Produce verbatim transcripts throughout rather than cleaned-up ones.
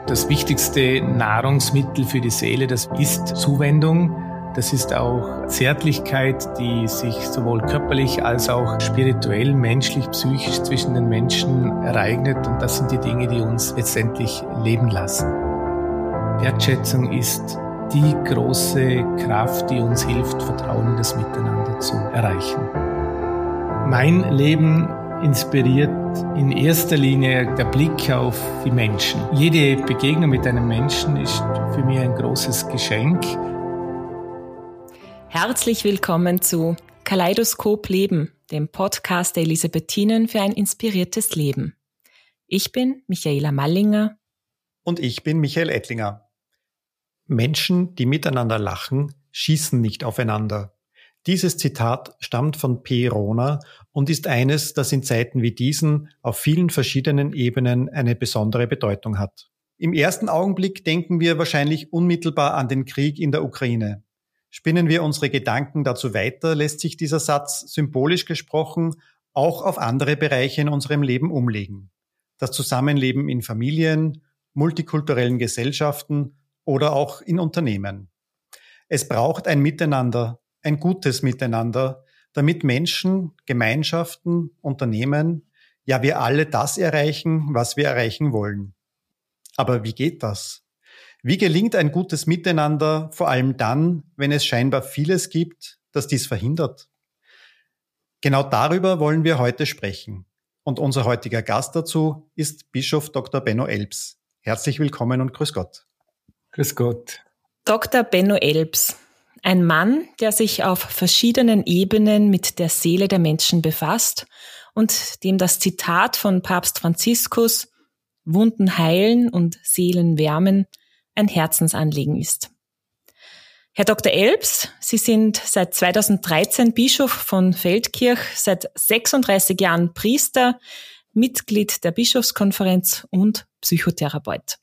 Das wichtigste Nahrungsmittel für die Seele, das ist Zuwendung. Das ist auch Zärtlichkeit, die sich sowohl körperlich als auch spirituell, menschlich, psychisch zwischen den Menschen ereignet. Und das sind die Dinge, die uns letztendlich leben lassen. Wertschätzung ist die große Kraft, die uns hilft, Vertrauen in das Miteinander zu erreichen. Mein Leben inspiriert in erster Linie der Blick auf die Menschen. Jede Begegnung mit einem Menschen ist für mich ein großes Geschenk. Herzlich willkommen zu Kaleidoskop Leben, dem Podcast der Elisabethinen für ein inspiriertes Leben. Ich bin Michaela Mallinger. Und ich bin Michael Ettlinger. Menschen, die miteinander lachen, schießen nicht aufeinander. Dieses Zitat stammt von P. Rona und ist eines, das in Zeiten wie diesen auf vielen verschiedenen Ebenen eine besondere Bedeutung hat. Im ersten Augenblick denken wir wahrscheinlich unmittelbar an den Krieg in der Ukraine. Spinnen wir unsere Gedanken dazu weiter, lässt sich dieser Satz, symbolisch gesprochen, auch auf andere Bereiche in unserem Leben umlegen. Das Zusammenleben in Familien, multikulturellen Gesellschaften oder auch in Unternehmen. Es braucht ein Miteinander, ein gutes Miteinander, damit Menschen, Gemeinschaften, Unternehmen, ja wir alle das erreichen, was wir erreichen wollen. Aber wie geht das? Wie gelingt ein gutes Miteinander, vor allem dann, wenn es scheinbar vieles gibt, das dies verhindert? Genau darüber wollen wir heute sprechen. Und unser heutiger Gast dazu ist Bischof Doktor Benno Elbs. Herzlich willkommen und grüß Gott. Grüß Gott. Doktor Benno Elbs. Ein Mann, der sich auf verschiedenen Ebenen mit der Seele der Menschen befasst und dem das Zitat von Papst Franziskus Wunden heilen und Seelen wärmen ein Herzensanliegen ist. Herr Doktor Elbs, Sie sind seit zweitausenddreizehn Bischof von Feldkirch, seit sechsunddreißig Jahren Priester, Mitglied der Bischofskonferenz und Psychotherapeut.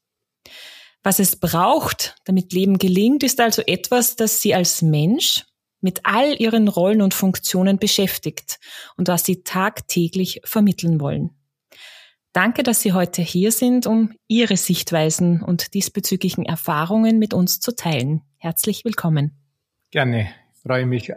Was es braucht, damit Leben gelingt, ist also etwas, das Sie als Mensch mit all Ihren Rollen und Funktionen beschäftigt und was Sie tagtäglich vermitteln wollen. Danke, dass Sie heute hier sind, um Ihre Sichtweisen und diesbezüglichen Erfahrungen mit uns zu teilen. Herzlich willkommen. Gerne, ich freue mich.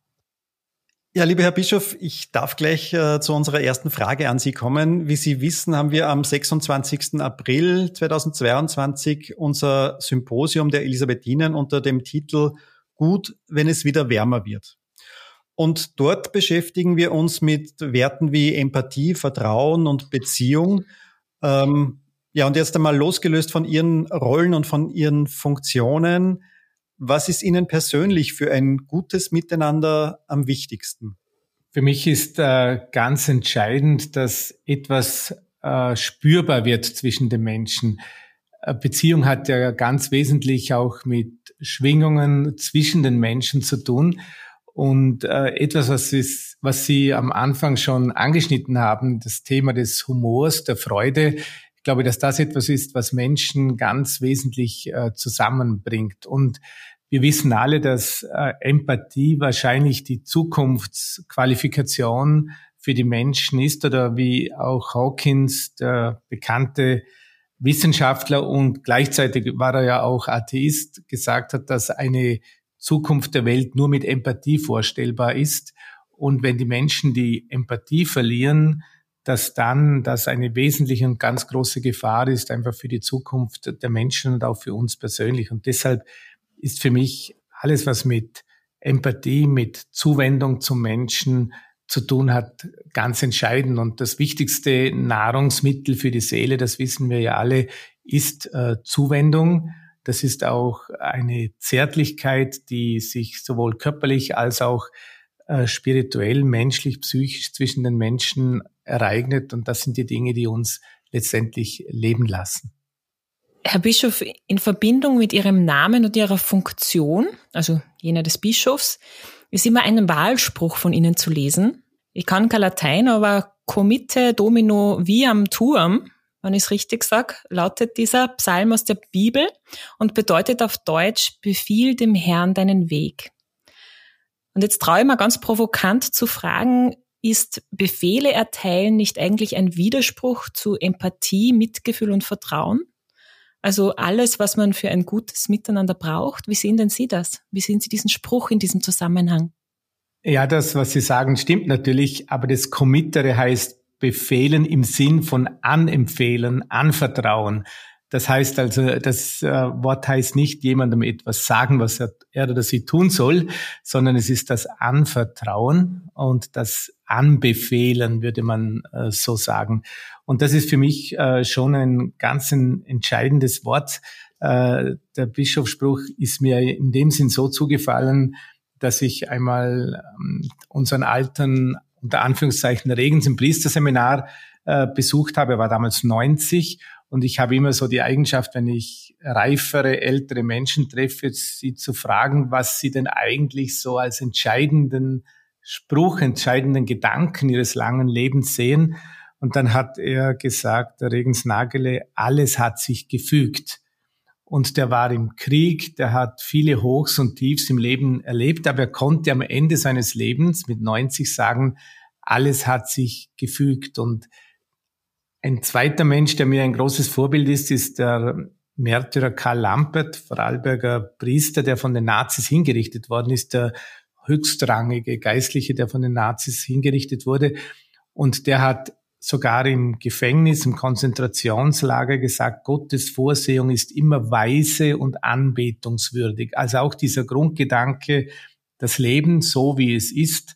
Ja, lieber Herr Bischof, ich darf gleich äh, zu unserer ersten Frage an Sie kommen. Wie Sie wissen, haben wir am sechsundzwanzigsten April zweitausendzweiundzwanzig unser Symposium der Elisabethinen unter dem Titel Gut, wenn es wieder wärmer wird. Und dort beschäftigen wir uns mit Werten wie Empathie, Vertrauen und Beziehung. Ähm, ja, und jetzt einmal losgelöst von Ihren Rollen und von Ihren Funktionen. Was ist Ihnen persönlich für ein gutes Miteinander am wichtigsten? Für mich ist äh, ganz entscheidend, dass etwas äh, spürbar wird zwischen den Menschen. Eine Beziehung hat ja ganz wesentlich auch mit Schwingungen zwischen den Menschen zu tun. Und äh, etwas, was, ist, was Sie am Anfang schon angeschnitten haben, das Thema des Humors, der Freude. Ich glaube, dass das etwas ist, was Menschen ganz wesentlich äh, zusammenbringt. Und wir wissen alle, dass äh, Empathie wahrscheinlich die Zukunftsqualifikation für die Menschen ist, oder wie auch Hawkins, der bekannte Wissenschaftler und gleichzeitig war er ja auch Atheist, gesagt hat, dass eine Zukunft der Welt nur mit Empathie vorstellbar ist. Und wenn die Menschen die Empathie verlieren, dass dann das eine wesentliche und ganz große Gefahr ist, einfach für die Zukunft der Menschen und auch für uns persönlich. Und deshalb ist für mich alles, was mit Empathie, mit Zuwendung zum Menschen zu tun hat, ganz entscheidend. Und das wichtigste Nahrungsmittel für die Seele, das wissen wir ja alle, ist äh, Zuwendung. Das ist auch eine Zärtlichkeit, die sich sowohl körperlich als auch äh, spirituell, menschlich, psychisch zwischen den Menschen ereignet. Und das sind die Dinge, die uns letztendlich leben lassen. Herr Bischof, in Verbindung mit Ihrem Namen und Ihrer Funktion, also jener des Bischofs, ist immer ein Wahlspruch von Ihnen zu lesen. Ich kann kein Latein, aber Comite Domino viam tuam, wenn ich es richtig sage, lautet dieser Psalm aus der Bibel und bedeutet auf Deutsch, befiehl dem Herrn deinen Weg. Und jetzt traue ich mir ganz provokant zu fragen, ist Befehle erteilen nicht eigentlich ein Widerspruch zu Empathie, Mitgefühl und Vertrauen? Also alles, was man für ein gutes Miteinander braucht. Wie sehen denn Sie das? Wie sehen Sie diesen Spruch in diesem Zusammenhang? Ja, das, was Sie sagen, stimmt natürlich, aber das Committere heißt befehlen im Sinn von anempfehlen, anvertrauen. Das heißt also, das äh, Wort heißt nicht jemandem etwas sagen, was er, er oder sie tun soll, sondern es ist das Anvertrauen und das Anbefehlen, würde man äh, so sagen. Und das ist für mich äh, schon ein ganz ein entscheidendes Wort. Äh, der Bischofsspruch ist mir in dem Sinn so zugefallen, dass ich einmal ähm, unseren alten, unter Anführungszeichen, Regens im Priesterseminar äh, besucht habe. Er war damals neunzig und ich habe immer so die Eigenschaft, wenn ich reifere, ältere Menschen treffe, sie zu fragen, was sie denn eigentlich so als entscheidenden Spruch, entscheidenden Gedanken ihres langen Lebens sehen. Und dann hat er gesagt, der Regens Nagele, alles hat sich gefügt. Und der war im Krieg, der hat viele Hochs und Tiefs im Leben erlebt, aber er konnte am Ende seines Lebens mit neunzig sagen, alles hat sich gefügt. Und ein zweiter Mensch, der mir ein großes Vorbild ist, ist der Märtyrer Karl Lampert, Vorarlberger Priester, der von den Nazis hingerichtet worden ist, der höchstrangige Geistliche, der von den Nazis hingerichtet wurde. Und der hat sogar im Gefängnis, im Konzentrationslager gesagt, Gottes Vorsehung ist immer weise und anbetungswürdig. Also auch dieser Grundgedanke, das Leben so wie es ist,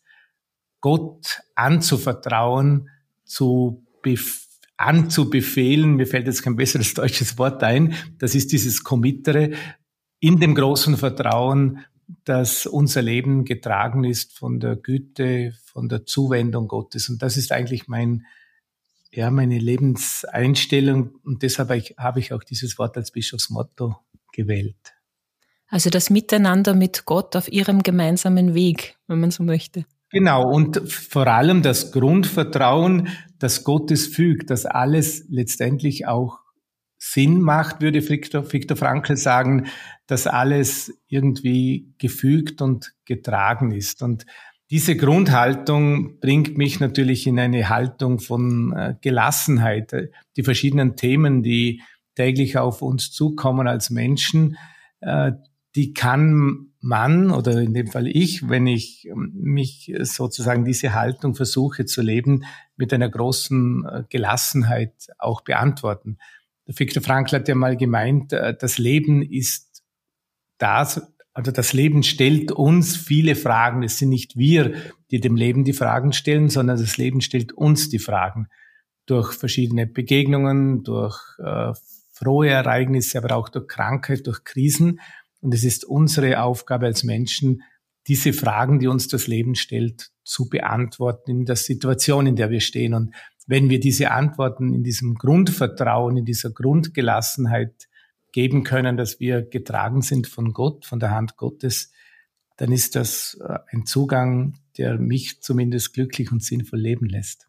Gott anzuvertrauen, zu bef- anzubefehlen, mir fällt jetzt kein besseres deutsches Wort ein, das ist dieses Committere, in dem großen Vertrauen, dass unser Leben getragen ist von der Güte, von der Zuwendung Gottes. Und das ist eigentlich mein Ja, meine Lebenseinstellung, und deshalb habe ich auch dieses Wort als Bischofsmotto gewählt. Also das Miteinander mit Gott auf Ihrem gemeinsamen Weg, wenn man so möchte. Genau, und vor allem das Grundvertrauen, dass Gott es fügt, dass alles letztendlich auch Sinn macht, würde Viktor, Viktor Frankl sagen, dass alles irgendwie gefügt und getragen ist. Und diese Grundhaltung bringt mich natürlich in eine Haltung von äh, Gelassenheit. Die verschiedenen Themen, die täglich auf uns zukommen als Menschen, äh, die kann man, oder in dem Fall ich, wenn ich mich sozusagen diese Haltung versuche zu leben, mit einer großen äh, Gelassenheit auch beantworten. Viktor Frankl hat ja mal gemeint, äh, das Leben ist das, Also das Leben stellt uns viele Fragen. Es sind nicht wir, die dem Leben die Fragen stellen, sondern das Leben stellt uns die Fragen. Durch verschiedene Begegnungen, durch äh, frohe Ereignisse, aber auch durch Krankheit, durch Krisen. Und es ist unsere Aufgabe als Menschen, diese Fragen, die uns das Leben stellt, zu beantworten in der Situation, in der wir stehen. Und wenn wir diese Antworten in diesem Grundvertrauen, in dieser Grundgelassenheit geben können, dass wir getragen sind von Gott, von der Hand Gottes, dann ist das ein Zugang, der mich zumindest glücklich und sinnvoll leben lässt.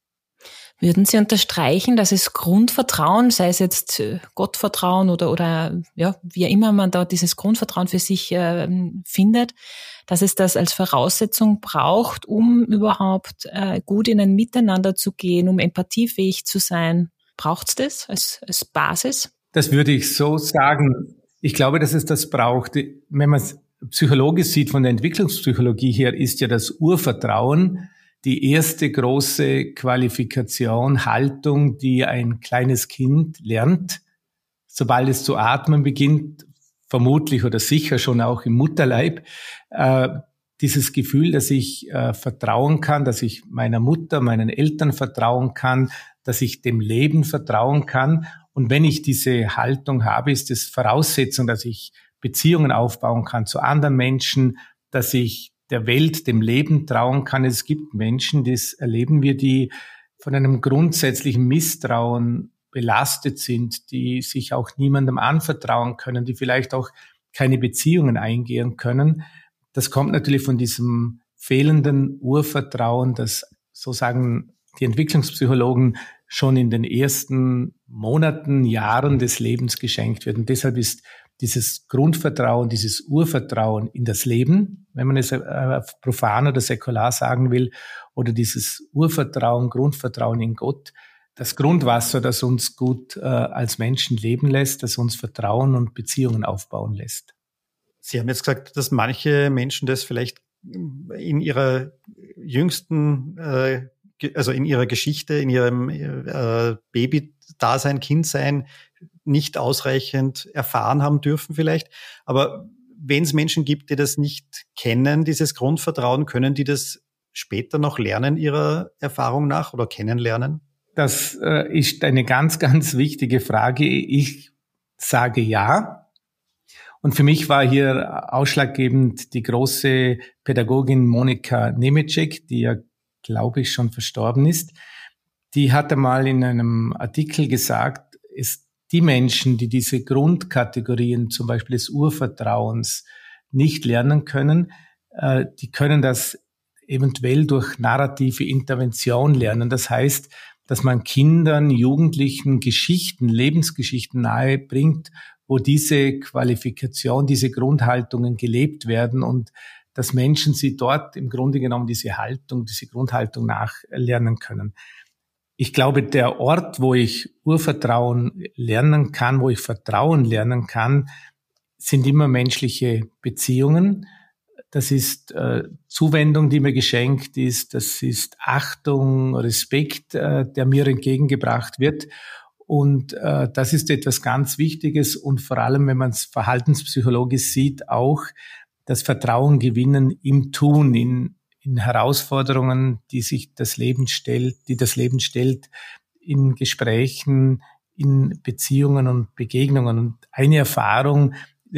Würden Sie unterstreichen, dass es Grundvertrauen, sei es jetzt Gottvertrauen oder, oder ja, wie immer man da dieses Grundvertrauen für sich äh, findet, dass es das als Voraussetzung braucht, um überhaupt äh, gut in ein Miteinander zu gehen, um empathiefähig zu sein? Braucht es das als, als Basis? Das würde ich so sagen. Ich glaube, dass es das braucht. Wenn man es psychologisch sieht, von der Entwicklungspsychologie her, ist ja das Urvertrauen die erste große Qualifikation, Haltung, die ein kleines Kind lernt, sobald es zu atmen beginnt, vermutlich oder sicher schon auch im Mutterleib. Äh, dieses Gefühl, dass ich äh, vertrauen kann, dass ich meiner Mutter, meinen Eltern vertrauen kann, dass ich dem Leben vertrauen kann. Und wenn ich diese Haltung habe, ist es Voraussetzung, dass ich Beziehungen aufbauen kann zu anderen Menschen, dass ich der Welt, dem Leben trauen kann. Es gibt Menschen, das erleben wir, die von einem grundsätzlichen Misstrauen belastet sind, die sich auch niemandem anvertrauen können, die vielleicht auch keine Beziehungen eingehen können. Das kommt natürlich von diesem fehlenden Urvertrauen, das, so sagen die Entwicklungspsychologen, schon in den ersten Monaten, Jahren des Lebens geschenkt wird. Und deshalb ist dieses Grundvertrauen, dieses Urvertrauen in das Leben, wenn man es äh, profan oder säkular sagen will, oder dieses Urvertrauen, Grundvertrauen in Gott, das Grundwasser, das uns gut äh, als Menschen leben lässt, das uns Vertrauen und Beziehungen aufbauen lässt. Sie haben jetzt gesagt, dass manche Menschen das vielleicht in ihrer jüngsten, äh, also in ihrer Geschichte, in ihrem äh, Baby-Dasein, Kindsein nicht ausreichend erfahren haben dürfen vielleicht. Aber wenn es Menschen gibt, die das nicht kennen, dieses Grundvertrauen, können die das später noch lernen, ihrer Erfahrung nach, oder kennenlernen? Das äh, ist eine ganz, ganz wichtige Frage. Ich sage ja. Und für mich war hier ausschlaggebend die große Pädagogin Monika Nemecek, die ja, glaube ich, schon verstorben ist. Die hatte mal in einem Artikel gesagt, es die Menschen, die diese Grundkategorien, zum Beispiel des Urvertrauens, nicht lernen können, äh, die können das eventuell durch narrative Intervention lernen. Das heißt, dass man Kindern, Jugendlichen Geschichten, Lebensgeschichten nahe bringt, wo diese Qualifikation, diese Grundhaltungen gelebt werden und dass Menschen sie dort im Grunde genommen diese Haltung, diese Grundhaltung nachlernen können. Ich glaube, der Ort, wo ich Urvertrauen lernen kann, wo ich Vertrauen lernen kann, sind immer menschliche Beziehungen. Das ist äh, Zuwendung, die mir geschenkt ist. Das ist Achtung, Respekt, äh, der mir entgegengebracht wird. Und äh, das ist etwas ganz Wichtiges. Und vor allem, wenn man es verhaltenspsychologisch sieht, auch das Vertrauen gewinnen im Tun, in, in Herausforderungen, die sich das Leben stellt, die das Leben stellt, in Gesprächen, in Beziehungen und Begegnungen. Und eine Erfahrung,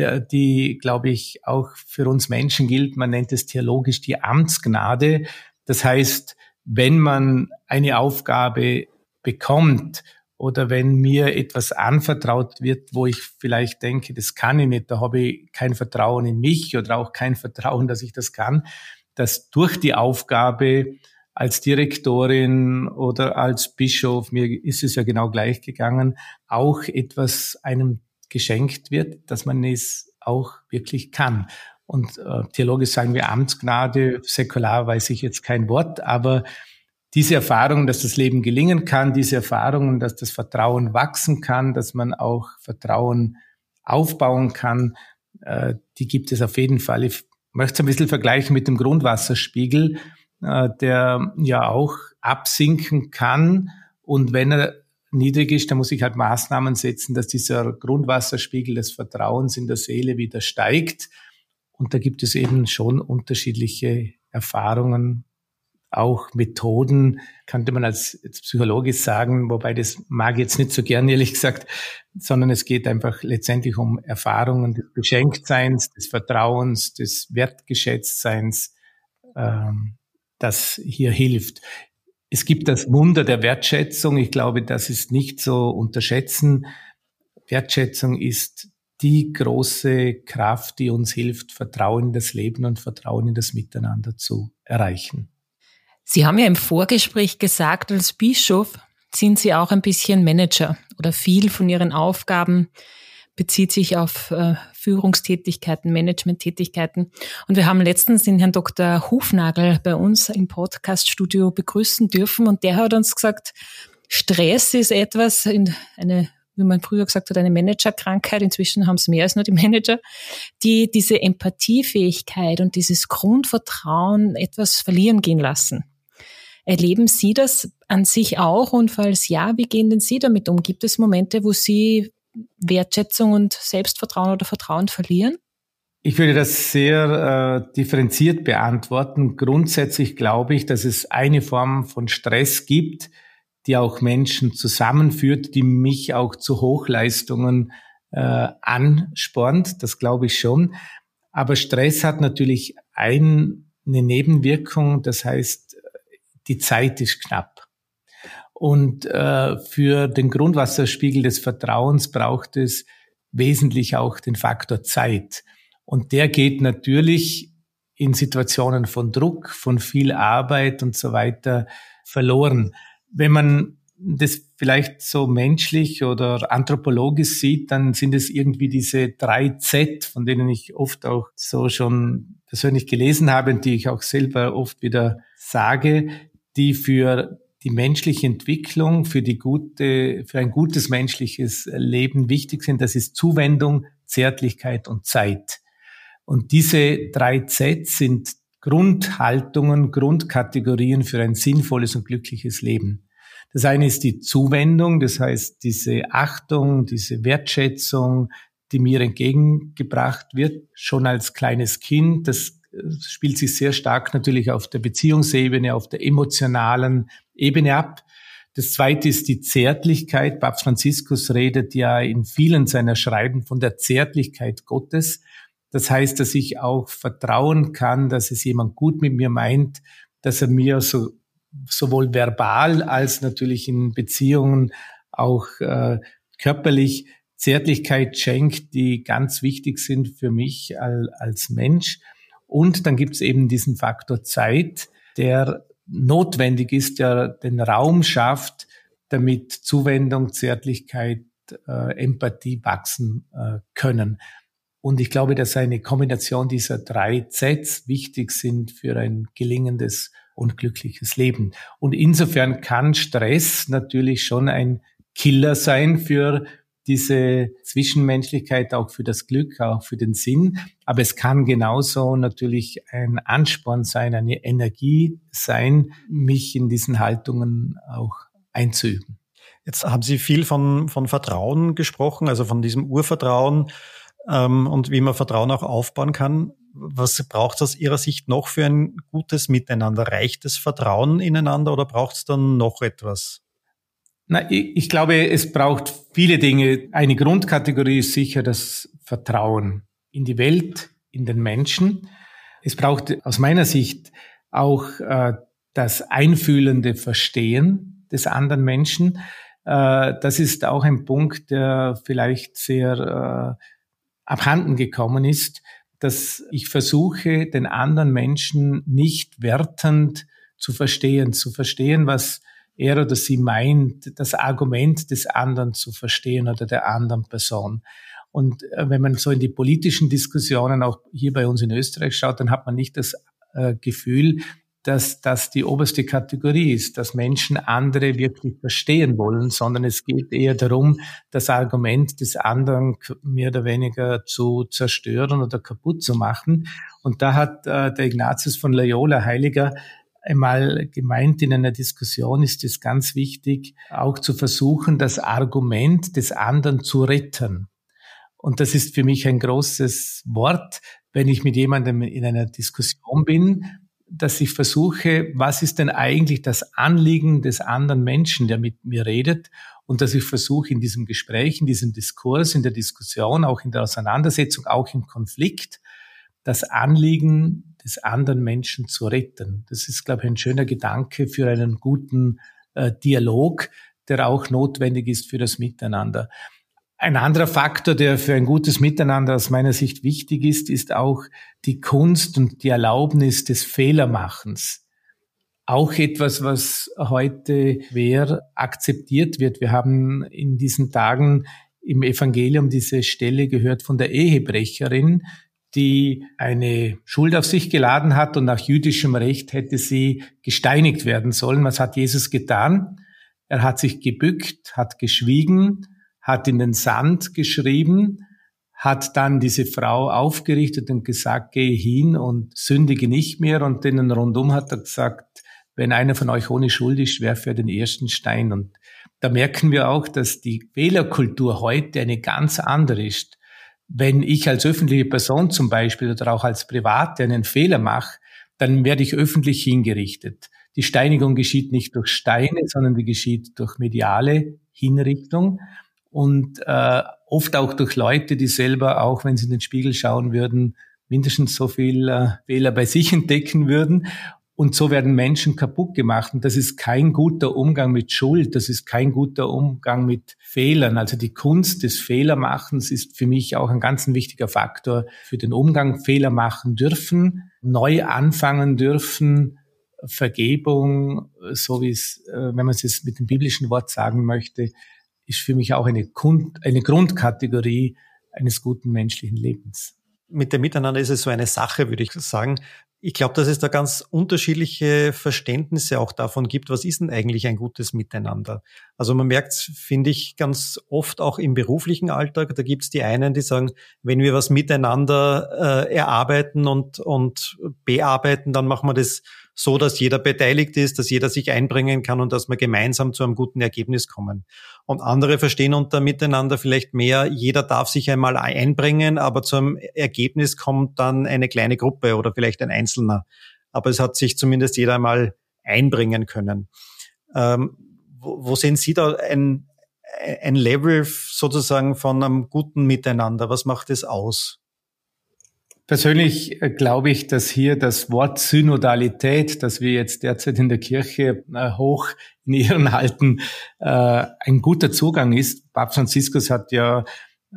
die, glaube ich, auch für uns Menschen gilt, man nennt es theologisch die Amtsgnade. Das heißt, wenn man eine Aufgabe bekommt oder wenn mir etwas anvertraut wird, wo ich vielleicht denke, das kann ich nicht, da habe ich kein Vertrauen in mich oder auch kein Vertrauen, dass ich das kann, dass durch die Aufgabe als Direktorin oder als Bischof, mir ist es ja genau gleich gegangen, auch etwas einem geschenkt wird, dass man es auch wirklich kann. Und äh, theologisch sagen wir Amtsgnade, säkular weiß ich jetzt kein Wort, aber diese Erfahrung, dass das Leben gelingen kann, diese Erfahrungen, dass das Vertrauen wachsen kann, dass man auch Vertrauen aufbauen kann, äh, die gibt es auf jeden Fall. Ich möchte es ein bisschen vergleichen mit dem Grundwasserspiegel, äh, der ja auch absinken kann. Und wenn er niedrig ist, dann muss ich halt Maßnahmen setzen, dass dieser Grundwasserspiegel des Vertrauens in der Seele wieder steigt. Und da gibt es eben schon unterschiedliche Erfahrungen, auch Methoden, könnte man als, als Psychologe sagen, wobei das mag ich jetzt nicht so gern, ehrlich gesagt, sondern es geht einfach letztendlich um Erfahrungen des Geschenktseins, des Vertrauens, des Wertgeschätztseins, ähm, das hier hilft. Es gibt das Wunder der Wertschätzung. Ich glaube, das ist nicht so unterschätzen. Wertschätzung ist die große Kraft, die uns hilft, Vertrauen in das Leben und Vertrauen in das Miteinander zu erreichen. Sie haben ja im Vorgespräch gesagt, als Bischof sind Sie auch ein bisschen Manager oder viel von Ihren Aufgaben bezieht sich auf äh, Führungstätigkeiten, Managementtätigkeiten. Und wir haben letztens den Herrn Doktor Hufnagel bei uns im Podcaststudio begrüßen dürfen und der hat uns gesagt, Stress ist etwas, in eine, wie man früher gesagt hat, eine Managerkrankheit, inzwischen haben es mehr als nur die Manager, die diese Empathiefähigkeit und dieses Grundvertrauen etwas verlieren gehen lassen. Erleben Sie das an sich auch? Und falls ja, wie gehen denn Sie damit um? Gibt es Momente, wo Sie Wertschätzung und Selbstvertrauen oder Vertrauen verlieren? Ich würde das sehr äh, differenziert beantworten. Grundsätzlich glaube ich, dass es eine Form von Stress gibt, die auch Menschen zusammenführt, die mich auch zu Hochleistungen äh, anspornt. Das glaube ich schon. Aber Stress hat natürlich eine Nebenwirkung, das heißt, die Zeit ist knapp. Und äh, für den Grundwasserspiegel des Vertrauens braucht es wesentlich auch den Faktor Zeit. Und der geht natürlich in Situationen von Druck, von viel Arbeit und so weiter verloren. Wenn man das vielleicht so menschlich oder anthropologisch sieht, dann sind es irgendwie diese drei Z, von denen ich oft auch so schon persönlich gelesen habe und die ich auch selber oft wieder sage, die für die menschliche Entwicklung für die gute, für ein gutes menschliches Leben wichtig sind. Das ist Zuwendung, Zärtlichkeit und Zeit. Und diese drei Zs sind Grundhaltungen, Grundkategorien für ein sinnvolles und glückliches Leben. Das eine ist die Zuwendung, das heißt diese Achtung, diese Wertschätzung, die mir entgegengebracht wird, schon als kleines Kind. Das spielt sich sehr stark natürlich auf der Beziehungsebene, auf der emotionalen Ebene ab. Das zweite ist die Zärtlichkeit. Papst Franziskus redet ja in vielen seiner Schreiben von der Zärtlichkeit Gottes. Das heißt, dass ich auch vertrauen kann, dass es jemand gut mit mir meint, dass er mir so, sowohl verbal als natürlich in Beziehungen auch äh, körperlich Zärtlichkeit schenkt, die ganz wichtig sind für mich als, als Mensch. Und dann gibt es eben diesen Faktor Zeit, der notwendig ist, der den Raum schafft, damit Zuwendung, Zärtlichkeit, äh, Empathie wachsen äh, können. Und ich glaube, dass eine Kombination dieser drei Zs wichtig sind für ein gelingendes und glückliches Leben. Und insofern kann Stress natürlich schon ein Killer sein für diese Zwischenmenschlichkeit, auch für das Glück, auch für den Sinn. Aber es kann genauso natürlich ein Ansporn sein, eine Energie sein, mich in diesen Haltungen auch einzuüben. Jetzt haben Sie viel von, von Vertrauen gesprochen, also von diesem Urvertrauen ähm, und wie man Vertrauen auch aufbauen kann. Was braucht es aus Ihrer Sicht noch für ein gutes Miteinander? Reicht das Vertrauen ineinander oder braucht es dann noch etwas? Na, ich, ich glaube, es braucht viele Dinge. Eine Grundkategorie ist sicher das Vertrauen in die Welt, in den Menschen. Es braucht aus meiner Sicht auch äh, das einfühlende Verstehen des anderen Menschen. Äh, das ist auch ein Punkt, der vielleicht sehr äh, abhanden gekommen ist, dass ich versuche, den anderen Menschen nicht wertend zu verstehen, zu verstehen, was er oder sie meint, das Argument des anderen zu verstehen oder der anderen Person. Und wenn man so in die politischen Diskussionen auch hier bei uns in Österreich schaut, dann hat man nicht das äh, Gefühl, dass das die oberste Kategorie ist, dass Menschen andere wirklich verstehen wollen, sondern es geht eher darum, das Argument des anderen mehr oder weniger zu zerstören oder kaputt zu machen. Und da hat äh, der Ignatius von Loyola, Heiliger, einmal gemeint, in einer Diskussion ist es ganz wichtig, auch zu versuchen, das Argument des anderen zu retten. Und das ist für mich ein großes Wort, wenn ich mit jemandem in einer Diskussion bin, dass ich versuche, was ist denn eigentlich das Anliegen des anderen Menschen, der mit mir redet, und dass ich versuche, in diesem Gespräch, in diesem Diskurs, in der Diskussion, auch in der Auseinandersetzung, auch im Konflikt, das Anliegen des anderen Menschen zu retten. Das ist, glaube ich, ein schöner Gedanke für einen guten äh, Dialog, der auch notwendig ist für das Miteinander. Ein anderer Faktor, der für ein gutes Miteinander aus meiner Sicht wichtig ist, ist auch die Kunst und die Erlaubnis des Fehlermachens. Auch etwas, was heute schwer akzeptiert wird. Wir haben in diesen Tagen im Evangelium diese Stelle gehört von der Ehebrecherin, die eine Schuld auf sich geladen hat und nach jüdischem Recht hätte sie gesteinigt werden sollen. Was hat Jesus getan? Er hat sich gebückt, hat geschwiegen, hat in den Sand geschrieben, hat dann diese Frau aufgerichtet und gesagt, gehe hin und sündige nicht mehr. Und denen rundum hat er gesagt, wenn einer von euch ohne Schuld ist, werfe er den ersten Stein. Und da merken wir auch, dass die Fehlerkultur heute eine ganz andere ist. Wenn ich als öffentliche Person zum Beispiel oder auch als Private einen Fehler mache, dann werde ich öffentlich hingerichtet. Die Steinigung geschieht nicht durch Steine, sondern die geschieht durch mediale Hinrichtung und äh, oft auch durch Leute, die selber, auch wenn sie in den Spiegel schauen würden, mindestens so viel äh, Fehler bei sich entdecken würden. Und so werden Menschen kaputt gemacht. Und das ist kein guter Umgang mit Schuld. Das ist kein guter Umgang mit Fehlern. Also die Kunst des Fehlermachens ist für mich auch ein ganz wichtiger Faktor für den Umgang. Fehler machen dürfen, neu anfangen dürfen, Vergebung, so wie es, wenn man es jetzt mit dem biblischen Wort sagen möchte, ist für mich auch eine, Grund, eine Grundkategorie eines guten menschlichen Lebens. Mit dem Miteinander ist es so eine Sache, würde ich sagen. Ich glaube, dass es da ganz unterschiedliche Verständnisse auch davon gibt, was ist denn eigentlich ein gutes Miteinander. Also man merkt es, finde ich, ganz oft auch im beruflichen Alltag. Da gibt es die einen, die sagen, wenn wir was miteinander äh, erarbeiten und, und bearbeiten, dann machen wir das so, dass jeder beteiligt ist, dass jeder sich einbringen kann und dass wir gemeinsam zu einem guten Ergebnis kommen. Und andere verstehen unter Miteinander vielleicht mehr, jeder darf sich einmal einbringen, aber zum Ergebnis kommt dann eine kleine Gruppe oder vielleicht ein Einzelner. Aber es hat sich zumindest jeder einmal einbringen können. Ähm, wo, wo sehen Sie da ein, ein Level sozusagen von einem guten Miteinander? Was macht es aus? Persönlich glaube ich, dass hier das Wort Synodalität, das wir jetzt derzeit in der Kirche hoch in Ehren halten, ein guter Zugang ist. Papst Franziskus hat ja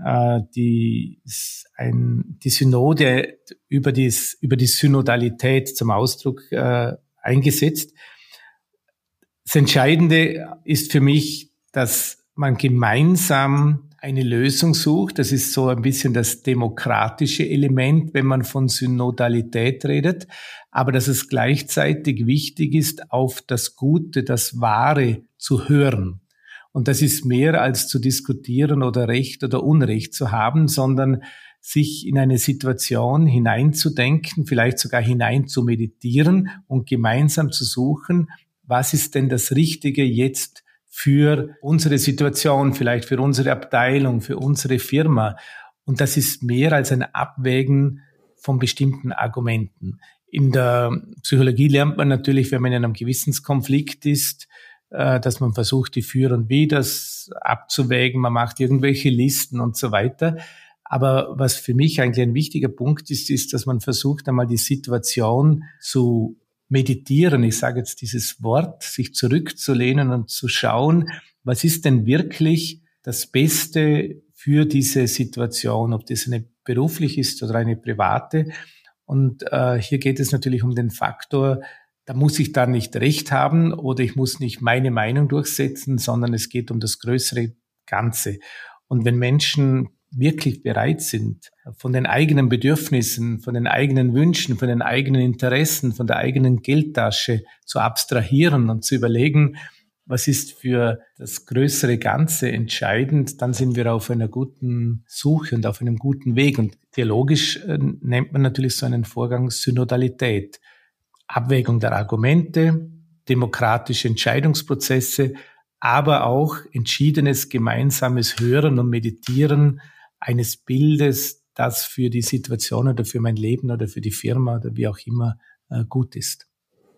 die, ein, die Synode über, dies, über die Synodalität zum Ausdruck eingesetzt. Das Entscheidende ist für mich, dass man gemeinsam eine Lösung sucht. Das ist so ein bisschen das demokratische Element, wenn man von Synodalität redet. Aber dass es gleichzeitig wichtig ist, auf das Gute, das Wahre zu hören. Und das ist mehr als zu diskutieren oder Recht oder Unrecht zu haben, sondern sich in eine Situation hineinzudenken, vielleicht sogar hinein zu meditieren und gemeinsam zu suchen, was ist denn das Richtige jetzt für unsere Situation, vielleicht für unsere Abteilung, für unsere Firma. Und das ist mehr als ein Abwägen von bestimmten Argumenten. In der Psychologie lernt man natürlich, wenn man in einem Gewissenskonflikt ist, dass man versucht, die Für und Widers abzuwägen. Man macht irgendwelche Listen und so weiter. Aber was für mich eigentlich ein wichtiger Punkt ist, ist, dass man versucht, einmal die Situation zu meditieren, ich sage jetzt dieses Wort, sich zurückzulehnen und zu schauen, was ist denn wirklich das Beste für diese Situation, ob das eine berufliche ist oder eine private. Und äh, hier geht es natürlich um den Faktor, da muss ich da nicht Recht haben oder ich muss nicht meine Meinung durchsetzen, sondern es geht um das größere Ganze. Und wenn Menschen wirklich bereit sind, von den eigenen Bedürfnissen, von den eigenen Wünschen, von den eigenen Interessen, von der eigenen Geldtasche zu abstrahieren und zu überlegen, was ist für das größere Ganze entscheidend, dann sind wir auf einer guten Suche und auf einem guten Weg. Und theologisch äh, nennt man natürlich so einen Vorgang Synodalität. Abwägung der Argumente, demokratische Entscheidungsprozesse, aber auch entschiedenes gemeinsames Hören und Meditieren eines Bildes, das für die Situation oder für mein Leben oder für die Firma oder wie auch immer äh, gut ist.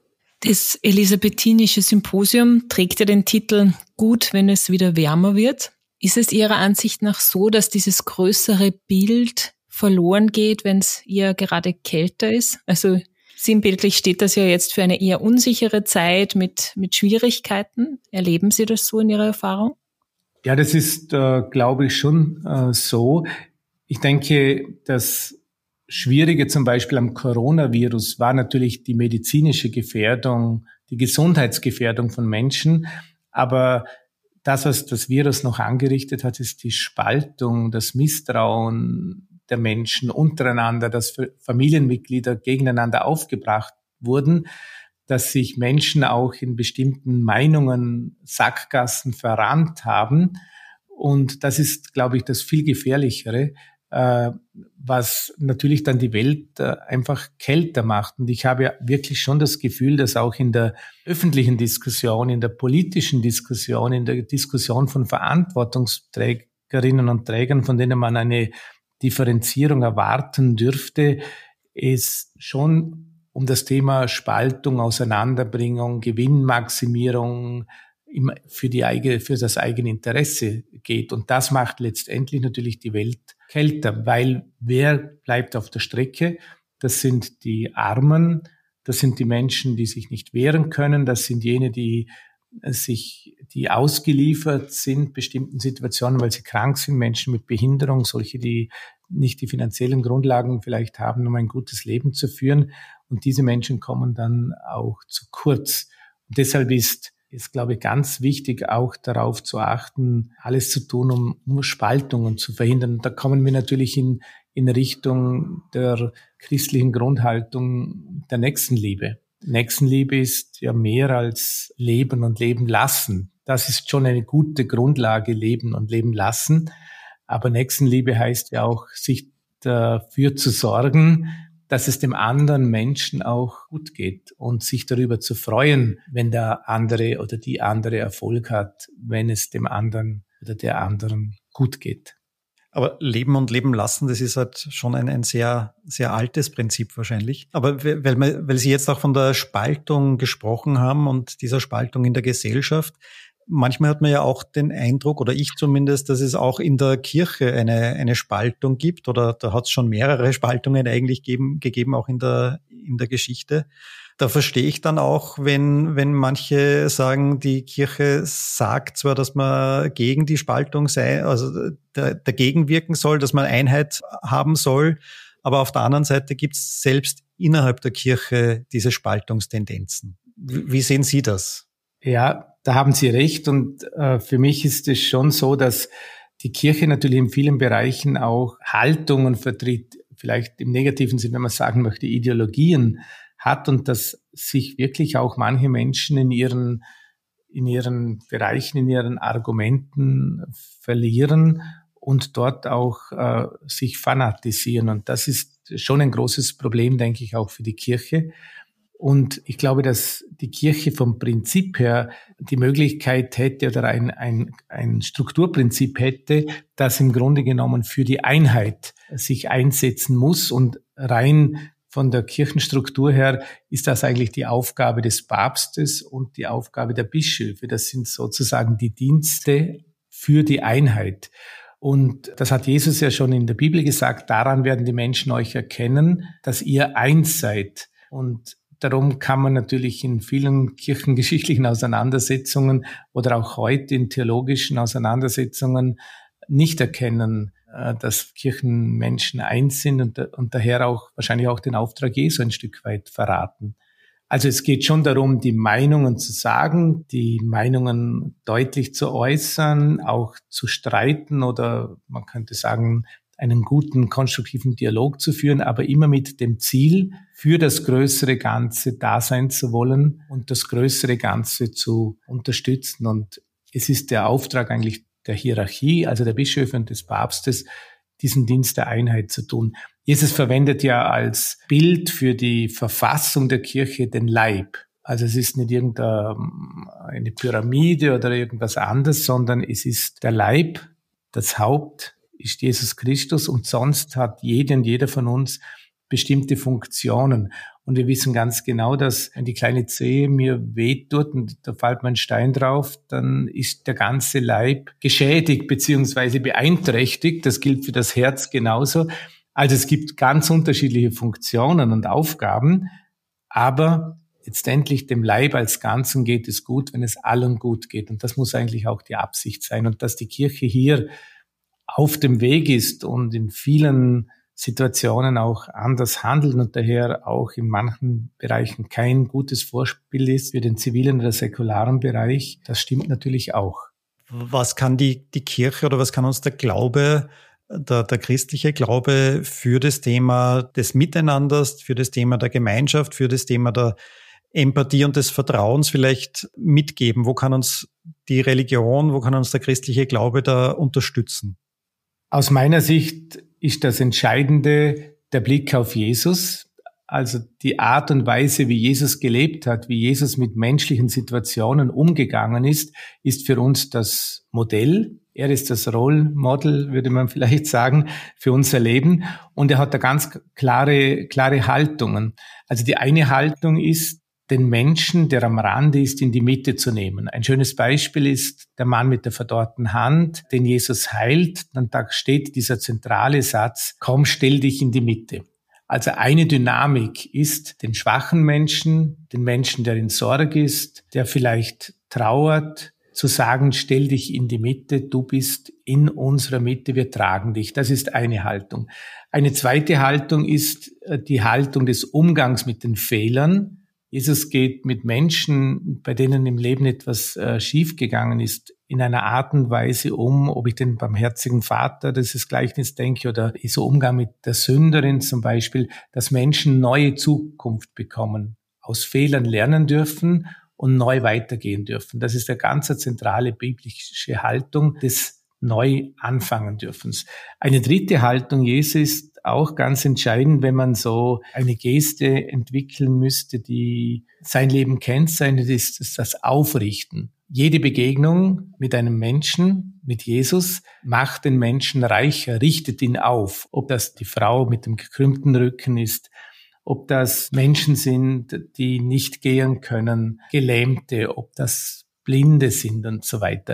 Das elisabethinische Symposium trägt ja den Titel Gut, wenn es wieder wärmer wird. Ist es Ihrer Ansicht nach so, dass dieses größere Bild verloren geht, wenn es eher gerade kälter ist? Also sinnbildlich steht das ja jetzt für eine eher unsichere Zeit mit, mit Schwierigkeiten. Erleben Sie das so in Ihrer Erfahrung? Ja, das ist, äh, glaube ich, schon äh, so. Ich denke, das Schwierige zum Beispiel am Coronavirus war natürlich die medizinische Gefährdung, die Gesundheitsgefährdung von Menschen. Aber das, was das Virus noch angerichtet hat, ist die Spaltung, das Misstrauen der Menschen untereinander, dass Familienmitglieder gegeneinander aufgebracht wurden, dass sich Menschen auch in bestimmten Meinungen, Sackgassen verrannt haben. Und das ist, glaube ich, das viel Gefährlichere, äh, was natürlich dann die Welt äh, einfach kälter macht. Und ich habe ja wirklich schon das Gefühl, dass auch in der öffentlichen Diskussion, in der politischen Diskussion, in der Diskussion von Verantwortungsträgerinnen und Trägern, von denen man eine Differenzierung erwarten dürfte, es schon um das Thema Spaltung, Auseinanderbringung, Gewinnmaximierung für die eigene, für das eigene Interesse geht. Und das macht letztendlich natürlich die Welt kälter, weil wer bleibt auf der Strecke? Das sind die Armen, das sind die Menschen, die sich nicht wehren können, das sind jene, die sich, die ausgeliefert sind bestimmten Situationen, weil sie krank sind, Menschen mit Behinderung, solche, die nicht die finanziellen Grundlagen vielleicht haben, um ein gutes Leben zu führen. Und diese Menschen kommen dann auch zu kurz. Und deshalb ist ist, glaube ich, ganz wichtig, auch darauf zu achten, alles zu tun, um, um Spaltungen zu verhindern. Da kommen wir natürlich in, in Richtung der christlichen Grundhaltung der Nächstenliebe. Nächstenliebe ist ja mehr als Leben und Leben lassen. Das ist schon eine gute Grundlage, Leben und Leben lassen. Aber Nächstenliebe heißt ja auch, sich dafür zu sorgen, dass es dem anderen Menschen auch gut geht und sich darüber zu freuen, wenn der andere oder die andere Erfolg hat, wenn es dem anderen oder der anderen gut geht. Aber Leben und Leben lassen, das ist halt schon ein, ein sehr, sehr altes Prinzip wahrscheinlich. Aber weil, weil Sie jetzt auch von der Spaltung gesprochen haben und dieser Spaltung in der Gesellschaft, manchmal hat man ja auch den Eindruck, oder ich zumindest, dass es auch in der Kirche eine, eine Spaltung gibt, oder da hat es schon mehrere Spaltungen eigentlich geben, gegeben, auch in der, in der Geschichte. Da verstehe ich dann auch, wenn, wenn manche sagen, die Kirche sagt zwar, dass man gegen die Spaltung sei, also da, dagegen wirken soll, dass man Einheit haben soll, aber auf der anderen Seite gibt es selbst innerhalb der Kirche diese Spaltungstendenzen. Wie, wie sehen Sie das? Ja, da haben Sie recht. Und äh, für mich ist es schon so, dass die Kirche natürlich in vielen Bereichen auch Haltungen vertritt, vielleicht im negativen Sinn, wenn man sagen möchte, Ideologien hat, und dass sich wirklich auch manche Menschen in ihren, in ihren Bereichen, in ihren Argumenten verlieren und dort auch äh, sich fanatisieren. Und das ist schon ein großes Problem, denke ich, auch für die Kirche. Und ich glaube, dass die Kirche vom Prinzip her die Möglichkeit hätte oder ein, ein, ein Strukturprinzip hätte, das im Grunde genommen für die Einheit sich einsetzen muss. Und rein von der Kirchenstruktur her ist das eigentlich die Aufgabe des Papstes und die Aufgabe der Bischöfe. Das sind sozusagen die Dienste für die Einheit. Und das hat Jesus ja schon in der Bibel gesagt, daran werden die Menschen euch erkennen, dass ihr eins seid. Und darum kann man natürlich in vielen kirchengeschichtlichen Auseinandersetzungen oder auch heute in theologischen Auseinandersetzungen nicht erkennen, dass Kirchenmenschen eins sind und, und daher auch wahrscheinlich auch den Auftrag Jesu ein Stück weit verraten. Also es geht schon darum, die Meinungen zu sagen, die Meinungen deutlich zu äußern, auch zu streiten oder man könnte sagen, einen guten, konstruktiven Dialog zu führen, aber immer mit dem Ziel, für das größere Ganze da sein zu wollen und das größere Ganze zu unterstützen. Und es ist der Auftrag eigentlich der Hierarchie, also der Bischöfe und des Papstes, diesen Dienst der Einheit zu tun. Jesus verwendet ja als Bild für die Verfassung der Kirche den Leib. Also es ist nicht irgendeine Pyramide oder irgendwas anderes, sondern es ist der Leib, das Haupt ist Jesus Christus, und sonst hat jede und jeder von uns bestimmte Funktionen. Und wir wissen ganz genau, dass wenn die kleine Zehe mir wehtut und da fällt mein Stein drauf, dann ist der ganze Leib geschädigt beziehungsweise beeinträchtigt. Das gilt für das Herz genauso. Also es gibt ganz unterschiedliche Funktionen und Aufgaben, aber letztendlich dem Leib als Ganzen geht es gut, wenn es allen gut geht. Und das muss eigentlich auch die Absicht sein. Und dass die Kirche hier auf dem Weg ist und in vielen Situationen auch anders handeln und daher auch in manchen Bereichen kein gutes Vorspiel ist für den zivilen oder säkularen Bereich, das stimmt natürlich auch. Was kann die, die Kirche oder was kann uns der Glaube, der, der christliche Glaube für das Thema des Miteinanders, für das Thema der Gemeinschaft, für das Thema der Empathie und des Vertrauens vielleicht mitgeben? Wo kann uns die Religion, wo kann uns der christliche Glaube da unterstützen? Aus meiner Sicht ist das Entscheidende der Blick auf Jesus, also die Art und Weise, wie Jesus gelebt hat, wie Jesus mit menschlichen Situationen umgegangen ist, ist für uns das Modell. Er ist das Role Model, würde man vielleicht sagen, für unser Leben. Und er hat da ganz klare, klare Haltungen. Also die eine Haltung ist, den Menschen, der am Rande ist, in die Mitte zu nehmen. Ein schönes Beispiel ist der Mann mit der verdorrten Hand, den Jesus heilt. Und da steht dieser zentrale Satz, komm, stell dich in die Mitte. Also eine Dynamik ist, den schwachen Menschen, den Menschen, der in Sorge ist, der vielleicht trauert, zu sagen, stell dich in die Mitte, du bist in unserer Mitte, wir tragen dich. Das ist eine Haltung. Eine zweite Haltung ist die Haltung des Umgangs mit den Fehlern. Jesus geht mit Menschen, bei denen im Leben etwas äh, schiefgegangen ist, in einer Art und Weise um, ob ich den barmherzigen Vater, das ist Gleichnis denke, oder so Umgang mit der Sünderin zum Beispiel, dass Menschen neue Zukunft bekommen, aus Fehlern lernen dürfen und neu weitergehen dürfen. Das ist eine ganz zentrale biblische Haltung des neu anfangen dürfens. Eine dritte Haltung Jesu ist auch ganz entscheidend, wenn man so eine Geste entwickeln müsste, die sein Leben kennzeichnet, ist, ist das Aufrichten. Jede Begegnung mit einem Menschen, mit Jesus, macht den Menschen reicher, richtet ihn auf. Ob das die Frau mit dem gekrümmten Rücken ist, ob das Menschen sind, die nicht gehen können, Gelähmte, ob das Blinde sind und so weiter.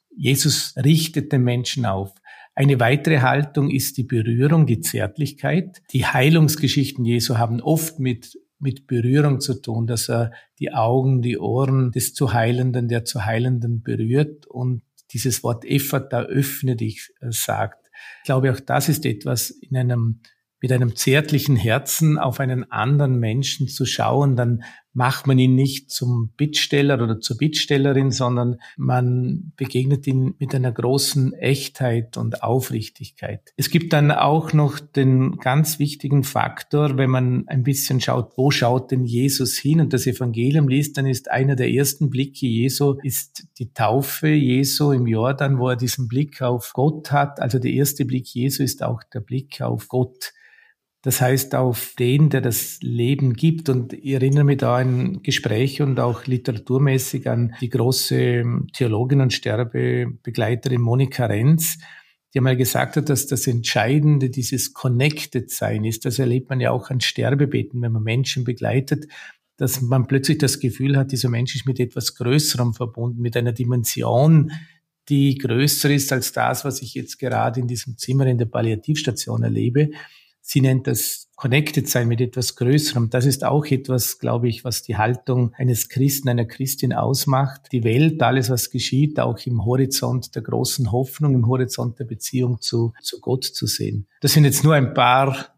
Jesus richtet den Menschen auf. Eine weitere Haltung ist die Berührung, die Zärtlichkeit. Die Heilungsgeschichten Jesu haben oft mit, mit Berührung zu tun, dass er die Augen, die Ohren des zu Heilenden, der zu Heilenden berührt und dieses Wort Ephata, öffne dich, sagt. Ich glaube, auch das ist etwas, in einem, mit einem zärtlichen Herzen auf einen anderen Menschen zu schauen, dann macht man ihn nicht zum Bittsteller oder zur Bittstellerin, sondern man begegnet ihn mit einer großen Echtheit und Aufrichtigkeit. Es gibt dann auch noch den ganz wichtigen Faktor, wenn man ein bisschen schaut, wo schaut denn Jesus hin und das Evangelium liest, dann ist einer der ersten Blicke Jesu, ist die Taufe Jesu im Jordan, wo er diesen Blick auf Gott hat. Also der erste Blick Jesu ist auch der Blick auf Gott. Das heißt, auf den, der das Leben gibt. Und ich erinnere mich da an Gespräche und auch literaturmäßig an die große Theologin und Sterbebegleiterin Monika Renz, die einmal gesagt hat, dass das Entscheidende dieses Connected-Sein ist. Das erlebt man ja auch an Sterbebetten, wenn man Menschen begleitet, dass man plötzlich das Gefühl hat, dieser Mensch ist mit etwas Größerem verbunden, mit einer Dimension, die größer ist als das, was ich jetzt gerade in diesem Zimmer in der Palliativstation erlebe. Sie nennt das Connected sein mit etwas Größerem. Das ist auch etwas, glaube ich, was die Haltung eines Christen, einer Christin ausmacht. Die Welt, alles, was geschieht, auch im Horizont der großen Hoffnung, im Horizont der Beziehung zu, zu Gott zu sehen. Das sind jetzt nur ein paar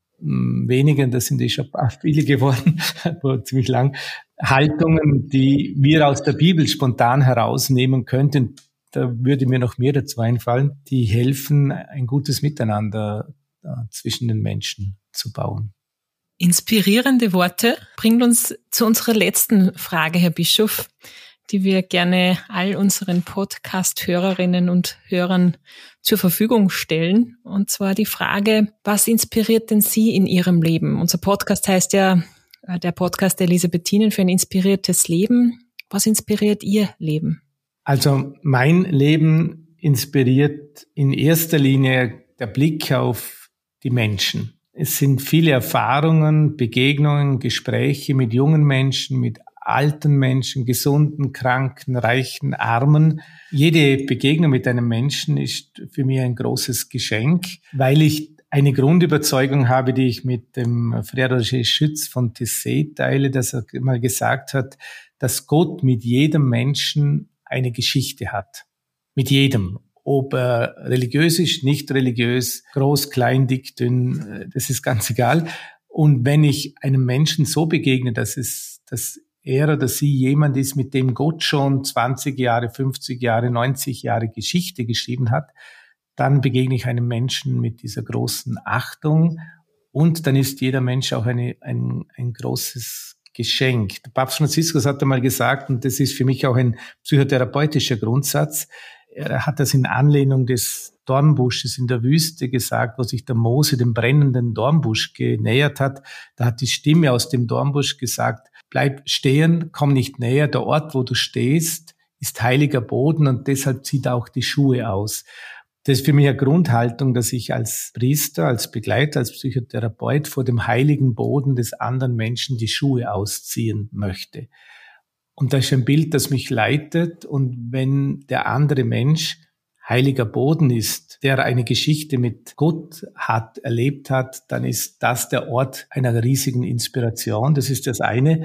mh, wenige, das sind eh schon viele geworden, aber ziemlich lang, Haltungen, die wir aus der Bibel spontan herausnehmen könnten. Da würde mir noch mehr dazu einfallen, die helfen, ein gutes Miteinander zwischen den Menschen zu bauen. Inspirierende Worte bringt uns zu unserer letzten Frage, Herr Bischof, die wir gerne all unseren Podcast-Hörerinnen und Hörern zur Verfügung stellen. Und zwar die Frage, was inspiriert denn Sie in Ihrem Leben? Unser Podcast heißt ja, der Podcast der Elisabethinen für ein inspiriertes Leben. Was inspiriert Ihr Leben? Also mein Leben inspiriert in erster Linie der Blick auf die Menschen. Es sind viele Erfahrungen, Begegnungen, Gespräche mit jungen Menschen, mit alten Menschen, gesunden, kranken, reichen, armen. Jede Begegnung mit einem Menschen ist für mich ein großes Geschenk, weil ich eine Grundüberzeugung habe, die ich mit dem Frère Roger Schütz von Tessé teile, dass er mal gesagt hat, dass Gott mit jedem Menschen eine Geschichte hat. Mit jedem. Ob er religiös ist, nicht religiös, groß, klein, dick, dünn, das ist ganz egal. Und wenn ich einem Menschen so begegne, dass es, dass er oder sie jemand ist, mit dem Gott schon zwanzig Jahre, fünfzig Jahre, neunzig Jahre Geschichte geschrieben hat, dann begegne ich einem Menschen mit dieser großen Achtung. Und dann ist jeder Mensch auch eine, ein, ein großes Geschenk. Der Papst Franziskus hat einmal gesagt, und das ist für mich auch ein psychotherapeutischer Grundsatz, er hat das in Anlehnung des Dornbusches in der Wüste gesagt, wo sich der Mose dem brennenden Dornbusch genähert hat. Da hat die Stimme aus dem Dornbusch gesagt, bleib stehen, komm nicht näher, der Ort, wo du stehst, ist heiliger Boden und deshalb zieht auch die Schuhe aus. Das ist für mich eine Grundhaltung, dass ich als Priester, als Begleiter, als Psychotherapeut vor dem heiligen Boden des anderen Menschen die Schuhe ausziehen möchte. Und das ist ein Bild, das mich leitet. Und wenn der andere Mensch heiliger Boden ist, der eine Geschichte mit Gott hat, erlebt hat, dann ist das der Ort einer riesigen Inspiration. Das ist das eine.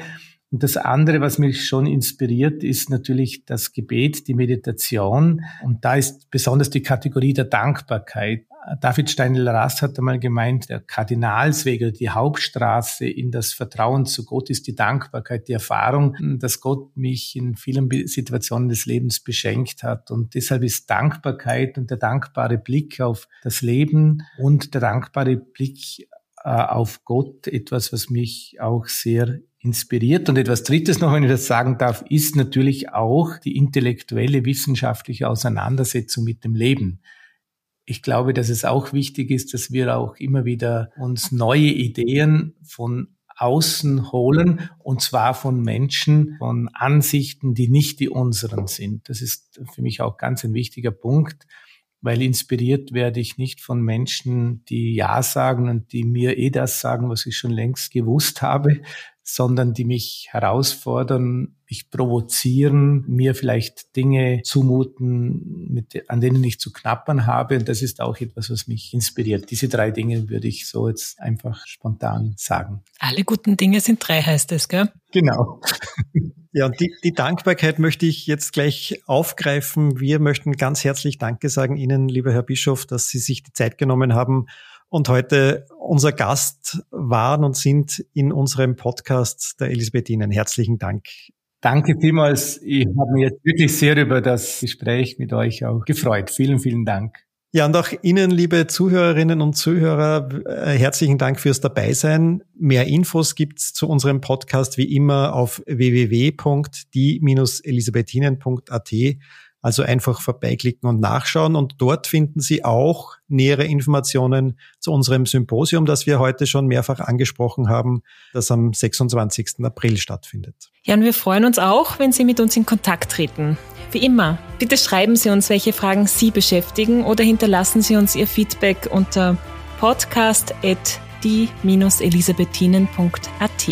Und das andere, was mich schon inspiriert, ist natürlich das Gebet, die Meditation. Und da ist besonders die Kategorie der Dankbarkeit. David Steindl-Rast hat einmal gemeint, der Kardinalsweg oder die Hauptstraße in das Vertrauen zu Gott ist die Dankbarkeit, die Erfahrung, dass Gott mich in vielen Situationen des Lebens beschenkt hat. Und deshalb ist Dankbarkeit und der dankbare Blick auf das Leben und der dankbare Blick äh, auf Gott etwas, was mich auch sehr inspiriert. Und etwas Drittes noch, wenn ich das sagen darf, ist natürlich auch die intellektuelle, wissenschaftliche Auseinandersetzung mit dem Leben. Ich glaube, dass es auch wichtig ist, dass wir auch immer wieder uns neue Ideen von außen holen, und zwar von Menschen, von Ansichten, die nicht die unseren sind. Das ist für mich auch ganz ein wichtiger Punkt, weil inspiriert werde ich nicht von Menschen, die Ja sagen und die mir eh das sagen, was ich schon längst gewusst habe, sondern die mich herausfordern, mich provozieren, mir vielleicht Dinge zumuten, mit, an denen ich zu knappern habe. Und das ist auch etwas, was mich inspiriert. Diese drei Dinge würde ich so jetzt einfach spontan sagen. Alle guten Dinge sind drei, heißt es, gell? Genau. Ja, und die, die Dankbarkeit möchte ich jetzt gleich aufgreifen. Wir möchten ganz herzlich Danke sagen Ihnen, lieber Herr Bischof, dass Sie sich die Zeit genommen haben und heute unser Gast waren und sind in unserem Podcast der Elisabethinen. Herzlichen Dank. Danke vielmals. Ich habe mich jetzt wirklich sehr über das Gespräch mit euch auch gefreut. Vielen, vielen Dank. Ja, und auch Ihnen, liebe Zuhörerinnen und Zuhörer, herzlichen Dank fürs Dabeisein. Mehr Infos gibt's zu unserem Podcast wie immer auf w w w punkt die Bindestrich elisabethinen punkt a t. Also einfach vorbeiklicken und nachschauen. Und dort finden Sie auch nähere Informationen zu unserem Symposium, das wir heute schon mehrfach angesprochen haben, das am sechsundzwanzigsten April stattfindet. Ja, und wir freuen uns auch, wenn Sie mit uns in Kontakt treten. Wie immer, bitte schreiben Sie uns, welche Fragen Sie beschäftigen, oder hinterlassen Sie uns Ihr Feedback unter podcast at die Bindestrich elisabethinen punkt a t.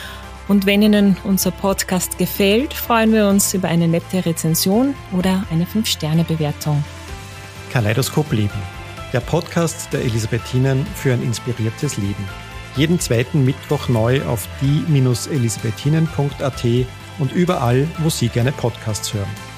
Und wenn Ihnen unser Podcast gefällt, freuen wir uns über eine nette Rezension oder eine fünf Sterne Bewertung. Kaleidoskop Leben, der Podcast der Elisabethinen für ein inspiriertes Leben. Jeden zweiten Mittwoch neu auf die Bindestrich elisabethinen punkt a t und überall, wo Sie gerne Podcasts hören.